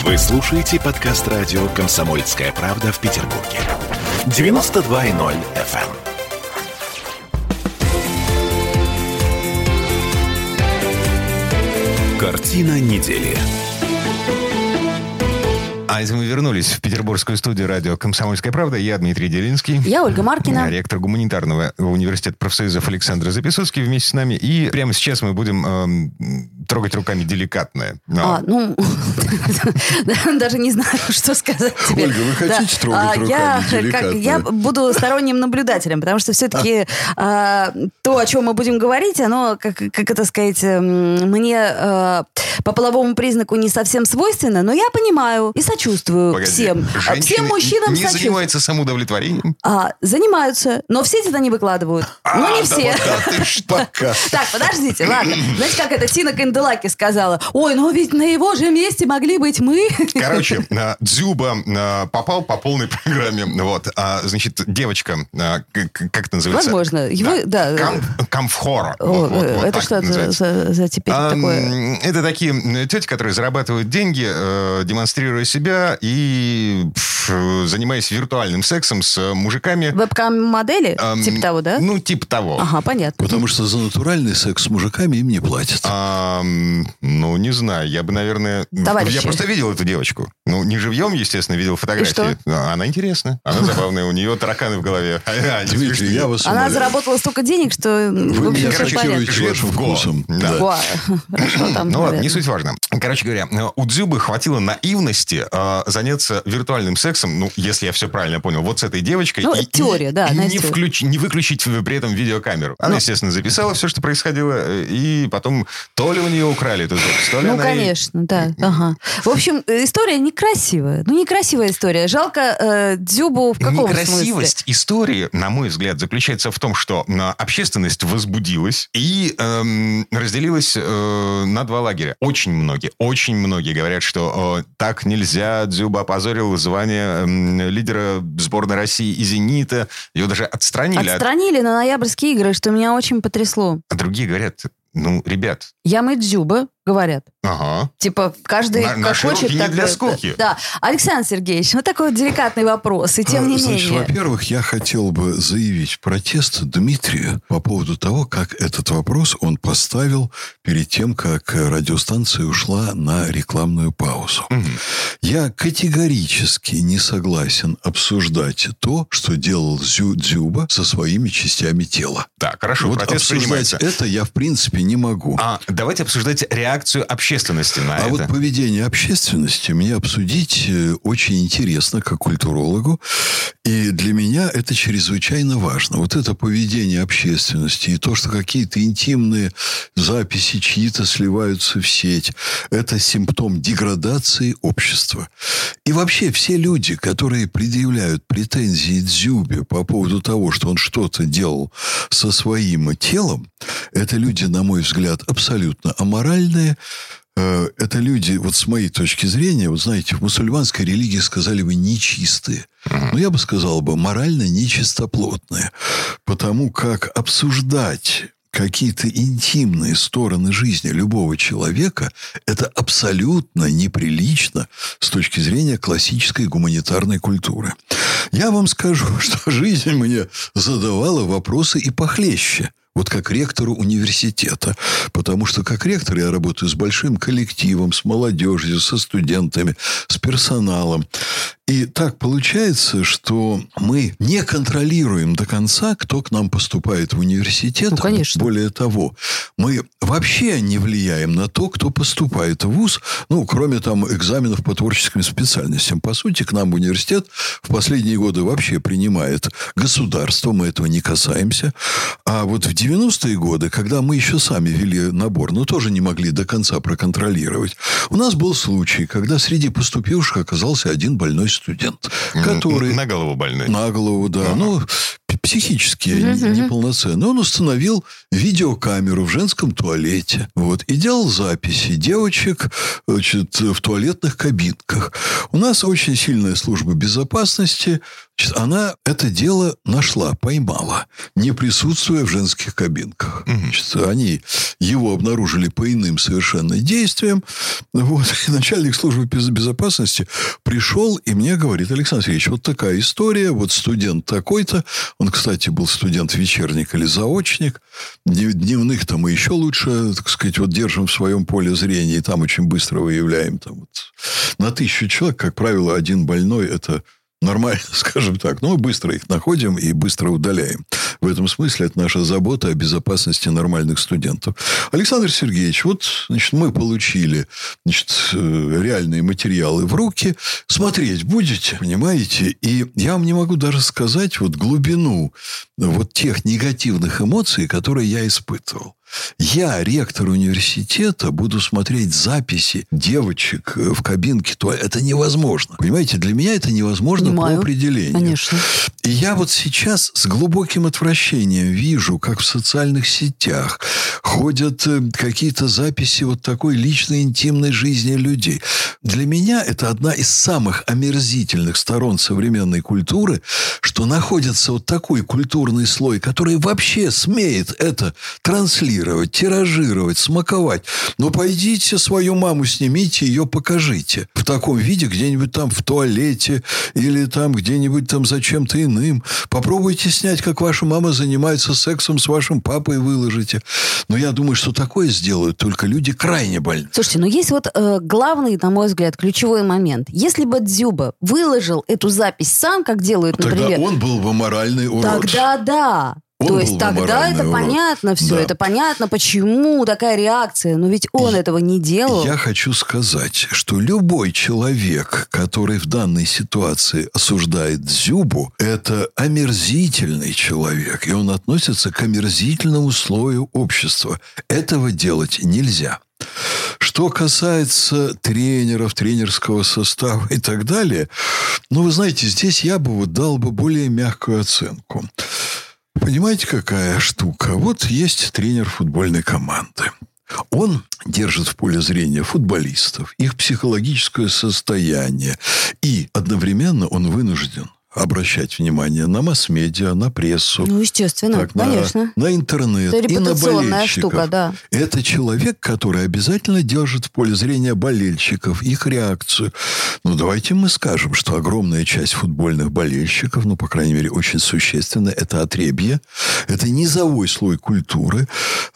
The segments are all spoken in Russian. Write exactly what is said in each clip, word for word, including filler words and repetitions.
Вы слушаете подкаст радио «Комсомольская правда» в Петербурге. девяносто два и ноль эф эм. Картина недели. А это мы вернулись в петербургскую студию радио «Комсомольская правда». Я Дмитрий Делинский. Я Ольга Маркина. Ректор гуманитарного университета профсоюзов Александр Записоцкий вместе с нами. И прямо сейчас мы будем э, трогать руками деликатное. Но... А, ну, даже не знаю, что сказать тебе. Ольга, вы хотите трогать руками деликатное? Я буду сторонним наблюдателем, потому что все-таки то, о чем мы будем говорить, оно, как это сказать, мне по половому признаку не совсем свойственно, но я понимаю и сочувствую Погоди, всем. Женщины всем мужчинам не сочувствую. занимаются самоудовлетворением? А, занимаются, но в сеть это не выкладывают. А, ну, не да все. Вот, да ты ж пока. Так, подождите, ладно. Знаете, как это Тина Канделаки сказала? Ой, ну ведь на его же месте могли быть мы. Короче, Дзюба попал по полной программе. Вот. А, значит, девочка, как это называется? Возможно. Его, да. Кам, камфхора. О, вот, вот, вот это что за, за, за теперь а, такое? Это такие тети, которые зарабатывают деньги, э, демонстрируя себя и пф, занимаясь виртуальным сексом с мужиками. Вебкам-модели? Эм, типа того, да? Ну, типа того. Ага, понятно. Потому что за натуральный секс с мужиками им не платят. А, ну, не знаю. Я бы, наверное... Товарищи. Я просто видел эту девочку. Ну, не живьем, естественно, видел фотографии. что? Она интересная. Она забавная. У нее тараканы в голове. Дмитрий, я вас Она умоляю. заработала столько денег, что... Вы в общем, меня всё в порядке. шокируете вашим Го. вкусом. Да. Да. Во, хорошо, там, Ну ладно, наверное. не суть важно. Короче говоря, у Дзюбы хватило наивности э, заняться виртуальным сексом, ну, если я все правильно понял, вот с этой девочкой. Ну, и, теория, и, да, и она не, есть включ, не выключить при этом видеокамеру. Она, Ну. естественно, записала все, что происходило, и потом то ли у нее украли эту запись, то ли Ну, она... ей- конечно, да. Ага. В общем, история некрасивая. Ну, некрасивая история. Жалко э, Дзюбу в каком смысле? Некрасивость истории, на мой взгляд, заключается в том, что э, общественность возбудилась и эм, разделилась э, на два лагеря. Очень многие, очень многие говорят, что э, так нельзя, Дзюба опозорил звание э, лидера сборной России и «Зенита». Ее даже отстранили. от- Отстранили на ноябрьские игры, что меня очень потрясло. А другие говорят, ну, ребят, Я мы Дзюба, говорят. ага. Типа, каждый На- как наши хочет... руки не так для это- скуки. Да. Александр Сергеевич, ну такой вот деликатный вопрос. И тем А, не Значит, менее... во-первых, я хотел бы заявить протест Дмитрию по поводу того, как этот вопрос он поставил перед тем, как радиостанция ушла на рекламную паузу. Мгм. Я категорически не согласен обсуждать то, что делал Зю Дзюба со своими частями тела. Так, хорошо, Вот протест обсуждать принимается. это я, в принципе, не могу. А давайте обсуждать реакцию общественности на А это. вот поведение общественности мне обсудить э, очень интересно, как культурологу. И для меня это чрезвычайно важно. Вот это поведение общественности и то, что какие-то интимные записи чьи-то сливаются в сеть, это симптом деградации общества. И вообще все люди, которые предъявляют претензии Дзюбе по поводу того, что он что-то делал со своим телом, это люди, на мой взгляд, абсолютно аморальные. Э, Это люди, вот с моей точки зрения, вот знаете, в мусульманской религии сказали бы нечистые. Но я бы сказал бы морально нечистоплотные. Потому как обсуждать какие-то интимные стороны жизни любого человека, это абсолютно неприлично с точки зрения классической гуманитарной культуры. Я вам скажу, что жизнь мне задавала вопросы и похлеще. Вот как ректору университета. Потому что как ректор я работаю с большим коллективом, с молодежью, со студентами, с персоналом. И так получается, что мы не контролируем до конца, кто к нам поступает в университет. Ну, конечно. Более того, мы вообще не влияем на то, кто поступает в вуз, ну, кроме там экзаменов по творческим специальностям. По сути, к нам в университет в последние годы вообще принимает государство, мы этого не касаемся. А вот в девяностые годы, когда мы еще сами вели набор, но тоже не могли до конца проконтролировать, у нас был случай, когда среди поступивших оказался один больной студент, который... На голову больной. На голову, да. Ну, п- психически Мгм, не- неполноценный. Он установил видеокамеру в женском туалете. Вот, и делал записи девочек, значит, в туалетных кабинках. У нас очень сильная служба безопасности. Значит, она это дело нашла, поймала, не присутствуя в женских кабинках. Значит, они его обнаружили по иным совершенно действиям. Вот. И начальник службы безопасности пришел и мне говорит: Александр Сергеевич, вот такая история, вот студент такой-то, он, кстати, был студент-вечерник или заочник, дневных-то мы еще лучше, так сказать, вот держим в своем поле зрения, и там очень быстро выявляем. Там вот. На тысячу человек, как правило, один больной – это нормально, скажем так. Но мы быстро их находим и быстро удаляем. В этом смысле это наша забота о безопасности нормальных студентов. Александр Сергеевич, вот, значит, мы получили, значит, реальные материалы в руки. Смотреть будете, понимаете? И я вам не могу даже сказать вот глубину вот тех негативных эмоций, которые я испытывал. Я, ректор университета, буду смотреть записи девочек в кабинке. То это невозможно. Понимаете, для меня это невозможно. Понимаю. По определению. Конечно. И я вот сейчас с глубоким отвращением вижу, как в социальных сетях ходят какие-то записи вот такой личной, интимной жизни людей. Для меня это одна из самых омерзительных сторон современной культуры, что находится вот такой культурный слой, который вообще смеет это транслировать, тиражировать, смаковать. Но пойдите свою маму снимите, ее покажите. В таком виде где-нибудь там в туалете или там где-нибудь там за чем-то иным. Попробуйте снять, как ваша мама занимается сексом с вашим папой, выложите. Но я думаю, что такое сделают только люди крайне больные. Слушайте, ну есть вот э, главный, на мой взгляд, ключевой момент. Если бы Дзюба выложил эту запись сам, как делают, например... Тогда он был бы моральный урод. Тогда да. Он То есть тогда это урод. Понятно все, да. Это понятно, почему такая реакция. Но ведь он и этого не делал. Я хочу сказать, что любой человек, который в данной ситуации осуждает Дзюбу, это омерзительный человек. И он относится к омерзительному слою общества. Этого делать нельзя. Что касается тренеров, тренерского состава и так далее, ну, вы знаете, здесь я бы вот дал бы более мягкую оценку. Понимаете, какая штука? Вот есть тренер футбольной команды. Он держит в поле зрения футболистов, их психологическое состояние. И одновременно он вынужден обращать внимание на масс-медиа, на прессу. Ну, естественно, так, конечно. На, на интернет это и на болельщиков. Штука, да. Это человек, который обязательно держит в поле зрения болельщиков, их реакцию. Ну, давайте мы скажем, что огромная часть футбольных болельщиков, ну, по крайней мере, очень существенно, это отребье, это низовой слой культуры.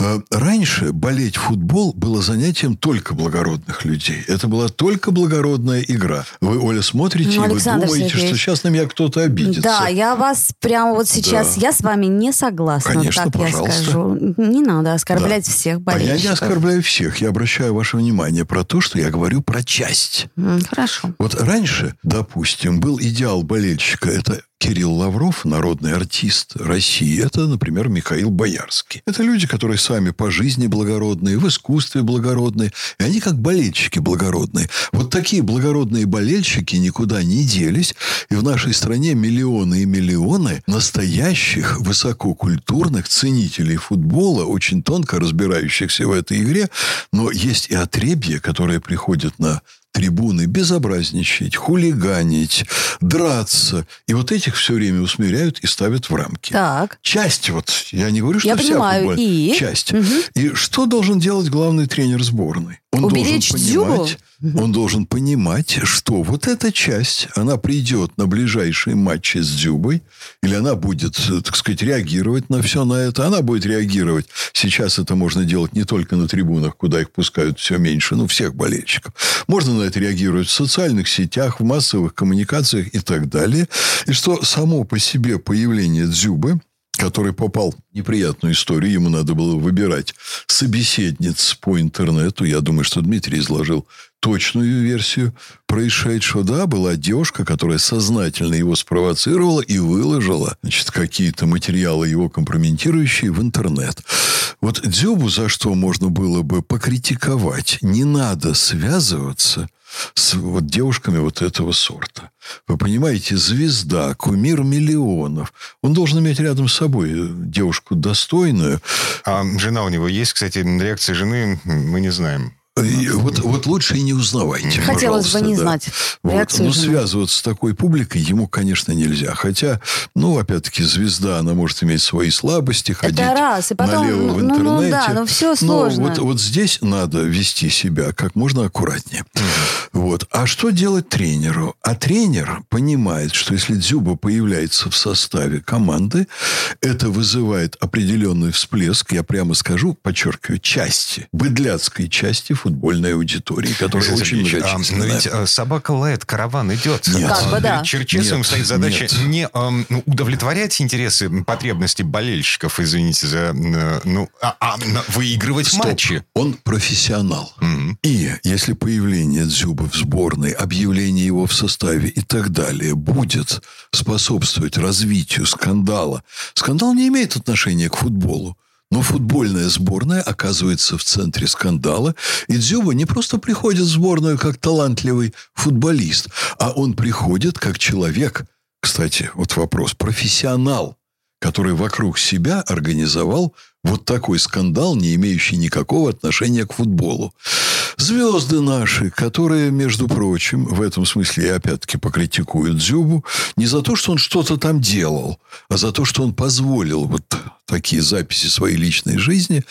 Раньше болеть футбол было занятием только благородных людей. Это была только благородная игра. Вы, Оля, смотрите, ну, и вы думаете, Сергеевич, что сейчас на меня кто-то обидится. Да, я вас прямо вот сейчас, да. Я с вами не согласна. Конечно, так пожалуйста. Я скажу. Не надо оскорблять да. всех болельщиков. А я не оскорбляю всех. Я обращаю ваше внимание про то, что я говорю про часть. Хорошо. Вот раньше, допустим, был идеал болельщика. Это Кирилл Лавров, народный артист России. Это, например, Михаил Боярский. Это люди, которые сами по жизни благородные, в искусстве благородные. И они как болельщики благородные. Вот такие благородные болельщики никуда не делись. И в нашей стране миллионы и миллионы настоящих высококультурных ценителей футбола, очень тонко разбирающихся в этой игре. Но есть и отребья, которые приходят на трибуны безобразничать, хулиганить, драться. И вот этих все время усмиряют и ставят в рамки. Так. Часть вот. Я не говорю, что я вся понимаю. футбольная. И? Часть. Угу. И что должен делать главный тренер сборной? Он Уберечь должен Дзюбу? понимать, он должен понимать, что вот эта часть, она придет на ближайшие матчи с Дзюбой, или она будет, так сказать, реагировать на все на это. Она будет реагировать. Сейчас это можно делать не только на трибунах, куда их пускают все меньше, ну, всех болельщиков. Можно на это реагировать в социальных сетях, в массовых коммуникациях и так далее. И что само по себе появление Дзюбы, который попал в неприятную историю, ему надо было выбирать собеседниц по интернету. Я думаю, что Дмитрий изложил точную версию происшедшего. Да, была девушка, которая сознательно его спровоцировала и выложила, значит, какие-то материалы его компрометирующие в интернет. Вот Дзюбу за что можно было бы покритиковать? Не надо связываться с вот девушками вот этого сорта. Вы понимаете, звезда, кумир миллионов. Он должен иметь рядом с собой девушку достойную. А жена у него есть, кстати, реакции жены мы не знаем. Вот, вот лучше и не узнавайте. Хотелось бы не да. знать. Вот. Но связываться с такой публикой ему, конечно, нельзя. Хотя, ну, опять-таки, звезда, она может иметь свои слабости, ходить это раз. И потом, налево ну, в интернете. Ну, да, но все сложно. Но вот, вот здесь надо вести себя как можно аккуратнее. Вот. А что делать тренеру? А тренер понимает, что если Дзюба появляется в составе команды, это вызывает определенный всплеск, я прямо скажу, подчеркиваю, части, быдляцкой части футбольной аудитории, которая Александр очень Сергеевич, многочисленная. Но ведь а, собака лает, караван идет. Нет. Как бы, да. Черчесовым Нет, стоит задача нет. не а, ну, удовлетворять интересы, потребности болельщиков, извините за... а, ну, а, а выигрывать Стоп. матчи. Он профессионал. Мгм. И если появление Дзюбы в сборной, объявление его в составе и так далее будет способствовать развитию скандала. Скандал не имеет отношения к футболу. Но футбольная сборная оказывается в центре скандала. И Дзюба не просто приходит в сборную как талантливый футболист, а он приходит как человек. Кстати, вот вопрос. Профессионал, который вокруг себя организовал вот такой скандал, не имеющий никакого отношения к футболу. Звезды наши, которые, между прочим, в этом смысле я опять-таки покритикую Дзюбу, не за то, что он что-то там делал, а за то, что он позволил вот такие записи своей личной жизни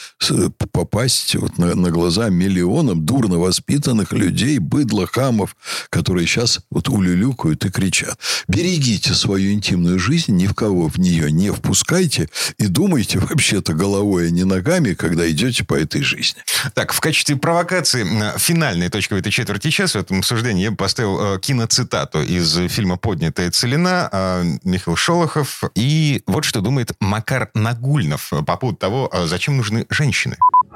попасть вот на, на глаза миллионам дурно воспитанных людей, быдло, хамов, которые сейчас вот улюлюкают и кричат. Берегите свою интимную жизнь, ни в кого в нее не впускайте и думайте вообще-то головой, а не ногами, когда идете по этой жизни. Так, в качестве провокации, финальной точкой в этой четверти часа, в этом обсуждении, я бы поставил э, киноцитату из фильма «Поднятая целина», э, Михаил Шолохов. И вот что думает Макар Нагульнов по поводу того, э, зачем нужны женщины.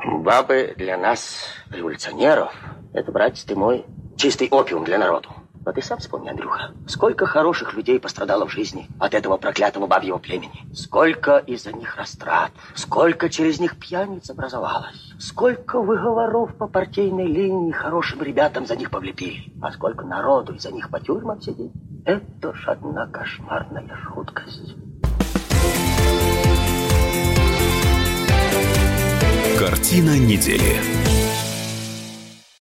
Бабы для нас, революционеров, это, братец ты мой, чистый опиум для народу. А ты сам вспомни, Андрюха, сколько хороших людей пострадало в жизни от этого проклятого бабьего племени. Сколько из-за них растрат, сколько через них пьяниц образовалось, сколько выговоров по партийной линии хорошим ребятам за них повлепили, а сколько народу из-за них по тюрьмам сидит. Это ж одна кошмарная жуткость. Картина недели.